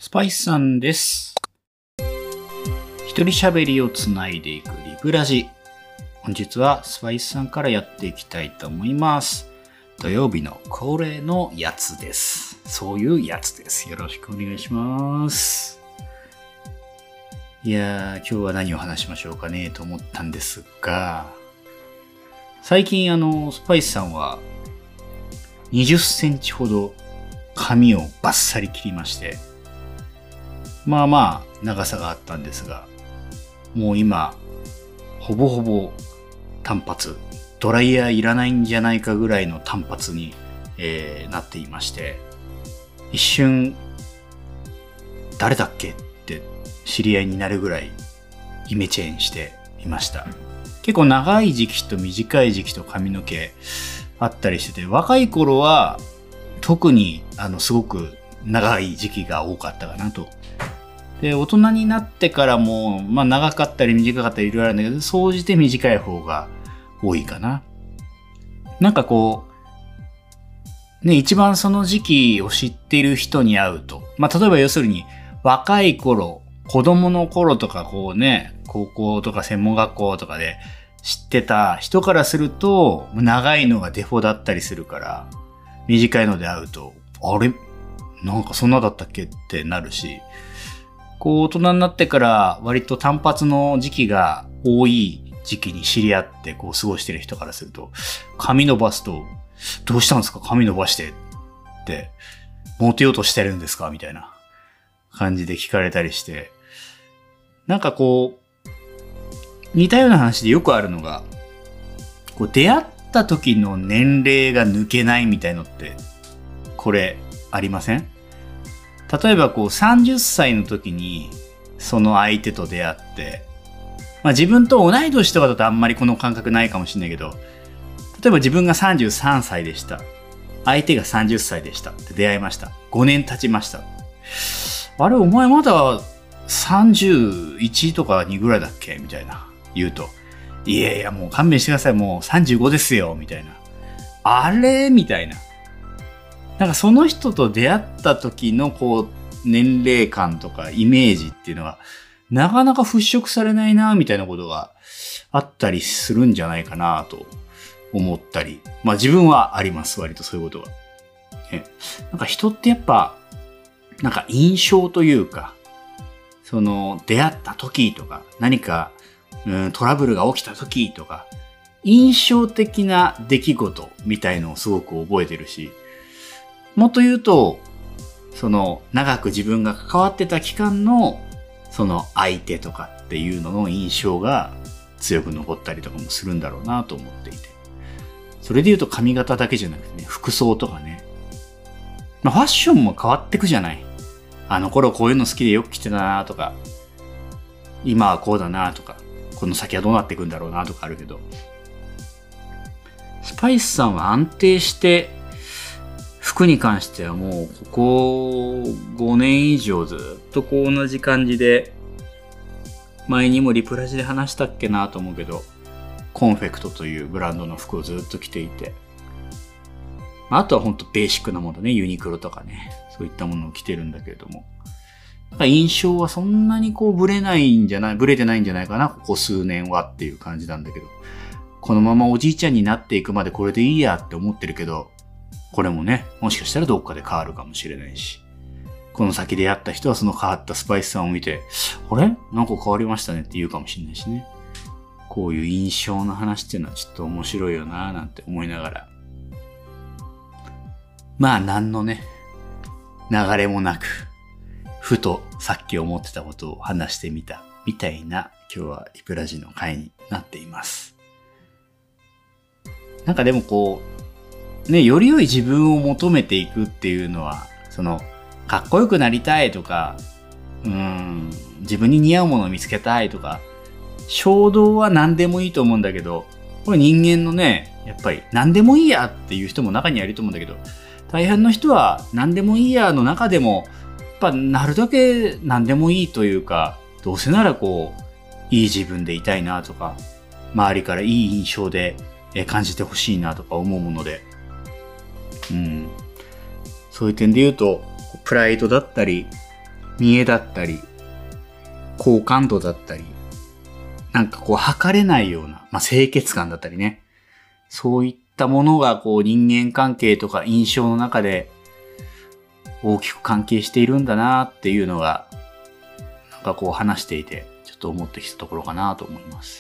スパイスさんです。一人喋りをつないでいくリブラジ。本日はスパイスさんからやっていきたいと思います。土曜日の恒例のやつです。そういうやつです。よろしくお願いします。いやー、今日は何を話しましょうかねと思ったんですが、最近スパイスさんは20センチほど髪をバッサリ切りまして、まあまあ長さがあったんですが、もう今ほぼほぼ単発、ドライヤーいらないんじゃないかぐらいの単発に、なっていまして、一瞬誰だっけって知り合いになるぐらいイメチェンしていました。結構長い時期と短い時期と髪の毛あったりしてて、若い頃は特にすごく長い時期が多かったかなと。で、大人になってからも、まあ長かったり短かったりいろいろあるんだけど、総じて短い方が多いかな。なんかこう、ね、一番その時期を知っている人に会うと、まあ例えば要するに若い頃、子供の頃とかこうね、高校とか専門学校とかで知ってた人からすると、長いのがデフォだったりするから、短いので会うと、あれなんかそんなだったっけってなるし、こう大人になってから割と単発の時期が多い時期に知り合ってこう過ごしてる人からすると、髪伸ばすと、どうしたんですか髪伸ばしてって、モテようとしてるんですかみたいな感じで聞かれたりして、なんかこう、似たような話でよくあるのが、こう出会った時の年齢が抜けないみたいのって、これありません？例えばこう30歳の時にその相手と出会って、まあ自分と同い年とかだとあんまりこの感覚ないかもしれないけど、例えば自分が33歳でした。相手が30歳でしたって出会いました。5年経ちました。あれお前まだ31とか2ぐらいだっけみたいな言うと、いやいやもう勘弁してください、もう35ですよみたいな。あれみたいな。なんかその人と出会った時のこう年齢感とかイメージっていうのはなかなか払拭されないなみたいなことがあったりするんじゃないかなと思ったり、まあ自分はあります、割とそういうことが。なんか人ってやっぱなんか印象というか、その出会った時とか何かトラブルが起きた時とか印象的な出来事みたいのをすごく覚えてるし、もっと言うと、その長く自分が関わってた期間のその相手とかっていうのの印象が強く残ったりとかもするんだろうなと思っていて。それで言うと髪型だけじゃなくてね、服装とかね。まあファッションも変わってくじゃない。あの頃こういうの好きでよく着てたなとか、今はこうだなとか、この先はどうなっていくんだろうなとかあるけど、スパイスさんは安定して服に関してはもうここ5年以上ずっとこう同じ感じで、前にもリプラジで話したっけなと思うけど、コンフェクトというブランドの服をずっと着ていて、あとはほんとベーシックなものね、ユニクロとかね、そういったものを着てるんだけれども、なんか印象はそんなにこうブレてないんじゃないかな、ここ数年はっていう感じなんだけど、このままおじいちゃんになっていくまでこれでいいやって思ってるけど、これもね、もしかしたらどっかで変わるかもしれないし、この先でやった人はその変わったスパイスさんを見て、あれなんか変わりましたねって言うかもしれないしね。こういう印象の話っていうのはちょっと面白いよなぁなんて思いながら。まあ何のね、流れもなく、ふとさっき思ってたことを話してみたみたいな今日はリプラジの回になっています。なんかでもこう、ね、より良い自分を求めていくっていうのは、その、かっこよくなりたいとか、自分に似合うものを見つけたいとか、衝動は何でもいいと思うんだけど、これ人間のね、やっぱり何でもいいやっていう人も中にはいると思うんだけど、大半の人は何でもいいやの中でも、やっぱなるだけ何でもいいというか、どうせならこう、いい自分でいたいなとか、周りからいい印象で感じてほしいなとか思うもので、そういう点で言うと、プライドだったり、 見栄だったり、好感度だったり、なんかこう測れないような、清潔感だったりね。そういったものがこう人間関係とか印象の中で大きく関係しているんだなっていうのが、なんかこう話していてちょっと思ってきたところかなと思います。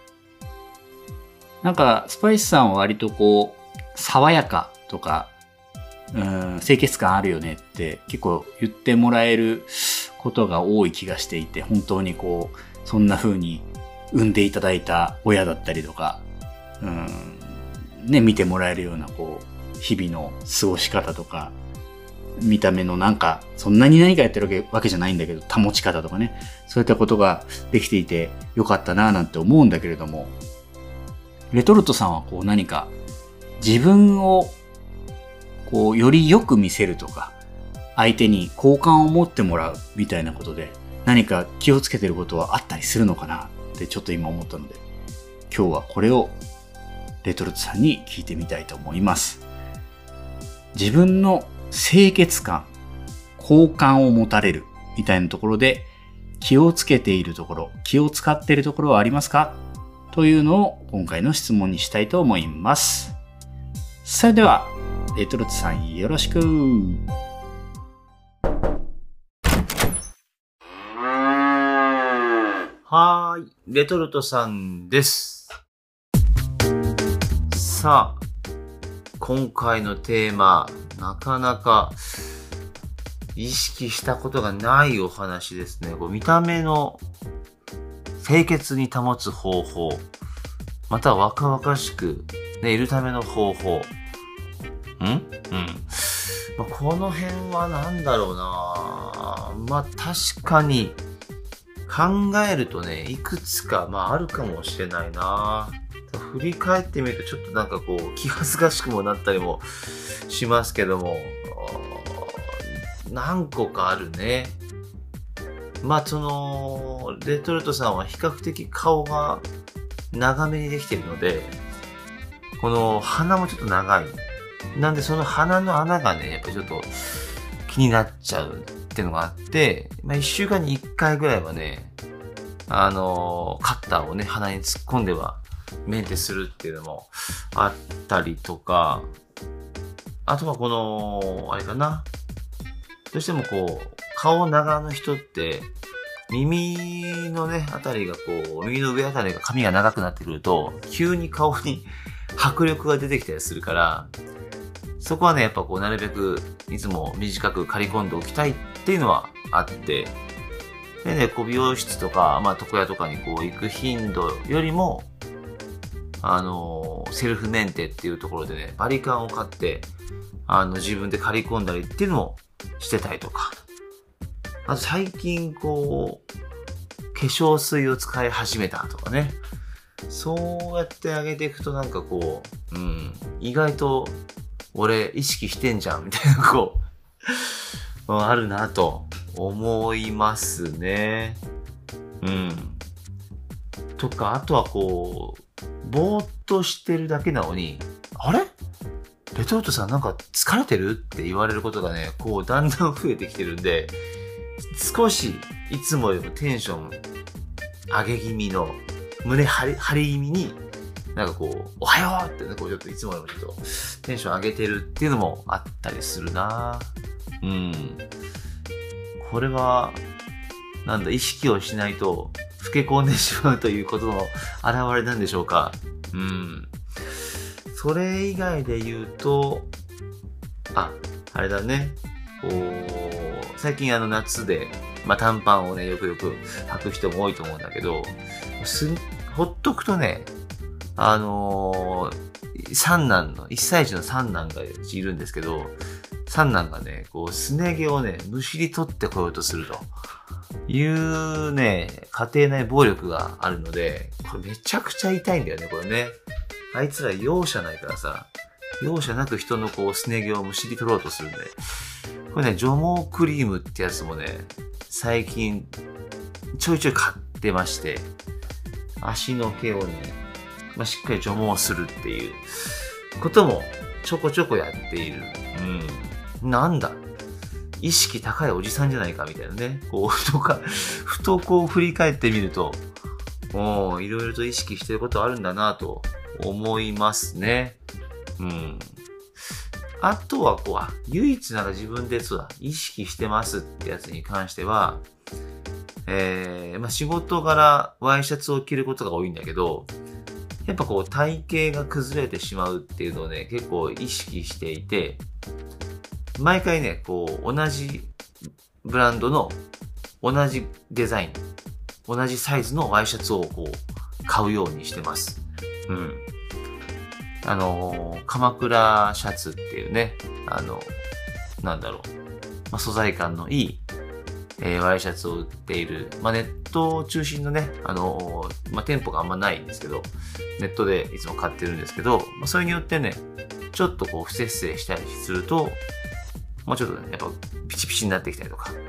なんかスパイスさんは割とこう爽やかとか、清潔感あるよねって結構言ってもらえることが多い気がしていて、本当にこうそんな風に産んでいただいた親だったりとか、ね、見てもらえるようなこう日々の過ごし方とか、見た目のなんかそんなに何かやってるわけじゃないんだけど保ち方とかね、そういったことができていてよかったななんて思うんだけれども、レトルトさんはこう何か自分をこうよりよく見せるとか、相手に好感を持ってもらうみたいなことで何か気をつけてることはあったりするのかなってちょっと今思ったので、今日はこれをレトルトさんに聞いてみたいと思います。自分の清潔感、好感を持たれるみたいなところで気をつけているところ、気を使っているところはありますかというのを今回の質問にしたいと思います。それではレトルトさんよろしく。 はーい、レトルトさんです。さあ、今回のテーマ、なかなか意識したことがないお話ですね。見た目の清潔に保つ方法、または若々しく、ね、いるための方法。この辺はなんだろうな。確かに考えるとね、いくつかあるかもしれないな。振り返ってみるとちょっとなんかこう気恥ずかしくもなったりもしますけども、何個かあるね。レトルトさんは比較的顔が長めにできているので、この鼻もちょっと長い。なんでその鼻の穴がね、やっぱりちょっと気になっちゃうっていうのがあって、1週間に1回ぐらいはね、カッターをね、鼻に突っ込んではメンテするっていうのもあったりとか、あとはこの、あれかな。どうしてもこう、顔長の人って、耳のね、あたりがこう、耳の上あたりが髪が長くなってくると、急に顔に迫力が出てきたりするから、そこはね、やっぱこう、なるべくいつも短く刈り込んでおきたいっていうのはあって、でね、美容室とか、床屋とかにこう、行く頻度よりも、セルフメンテっていうところでね、バリカンを買って、自分で刈り込んだりっていうのもしてたりとか。あと最近こう、化粧水を使い始めたとかね。そうやってあげていくとなんかこう、意外と俺意識してんじゃんみたいなこう、あるなと思いますね。とか、あとはこう、ぼーっとしてるだけなのに、あれレトルトさんなんか疲れてるって言われることがね、こうだんだん増えてきてるんで、少しいつもよりもテンション上げ気味の、胸張り気味に、なんかこう、おはようってね、こうちょっといつもよりもちょっとテンション上げてるっていうのもあったりするな。これは、意識をしないと老け込んでしまうということの表れなんでしょうか。それ以外で言うと、あれだね。最近夏で、短パンをね、よくよく履く人も多いと思うんだけど、ほっとくとね、三男の、1歳児の三男がいるんですけど、三男がね、こう、すね毛をね、むしり取ってこようとするというね、家庭内暴力があるので、これめちゃくちゃ痛いんだよね、これね。あいつら容赦ないからさ、容赦なく人のこう、すね毛をむしり取ろうとするんで、これね、除毛クリームってやつもね、最近、ちょいちょい買ってまして、足の毛をね、しっかり除毛するっていうこともちょこちょこやっている。なんだ。 意識高いおじさんじゃないかみたいなね。こう、ふとこう振り返ってみると、いろいろと意識してることあるんだなと思いますね。あとは唯一なんか自分で意識してますってやつに関しては、仕事柄ワイシャツを着ることが多いんだけど、やっぱ体型が崩れてしまうっていうのをね、結構意識していて、毎回ね、同じブランドの同じデザイン、同じサイズのワイシャツを買うようにしてます。鎌倉シャツっていうね、素材感のいい、ワイシャツを売っている、ネット中心のね、店舗があんまないんですけど、ネットでいつも買ってるんですけど、それによってね、ちょっと不節制したりすると、ちょっとね、やっぱピチピチになってきたりとか、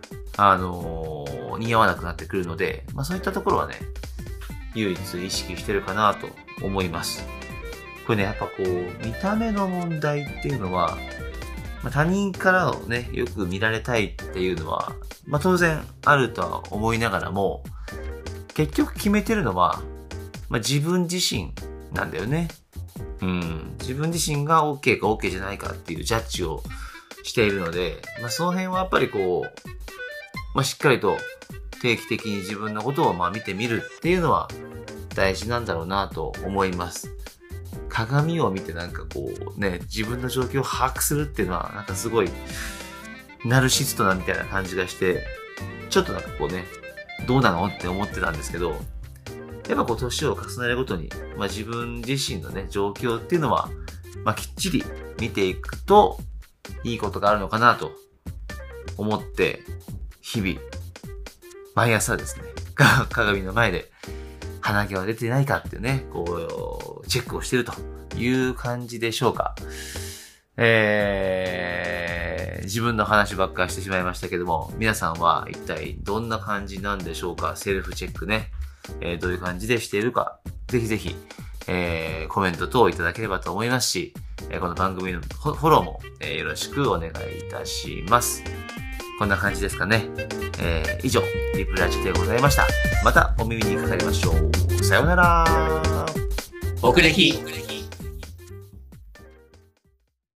似合わなくなってくるので、そういったところはね、唯一意識してるかなと思います。これね、やっぱ見た目の問題っていうのは、他人からをね、よく見られたいっていうのは、当然あるとは思いながらも、結局決めてるのは、自分自身なんだよね。自分自身が OK か OK じゃないかっていうジャッジをしているので、その辺はやっぱりしっかりと定期的に自分のことを見てみるっていうのは大事なんだろうなと思います。鏡を見て自分の状況を把握するっていうのはすごいナルシストなみたいな感じがして、ちょっとどうなのって思ってたんですけど、やっぱ年を重ねるごとに、自分自身のね、状況っていうのは、きっちり見ていくといいことがあるのかなと思って、日々、毎朝ですね、鏡の前で鼻毛は出てないかっていうね、チェックをしているという感じでしょうか。自分の話ばっかりしてしまいましたけども、皆さんは一体どんな感じなんでしょうか。セルフチェックね、どういう感じでしているか、ぜひぜひ、コメント等いただければと思いますし、この番組のフォローも、よろしくお願いいたします。こんな感じですかね。以上、リプラジでございました。またお耳にかかりましょう。さようなら。 僕歴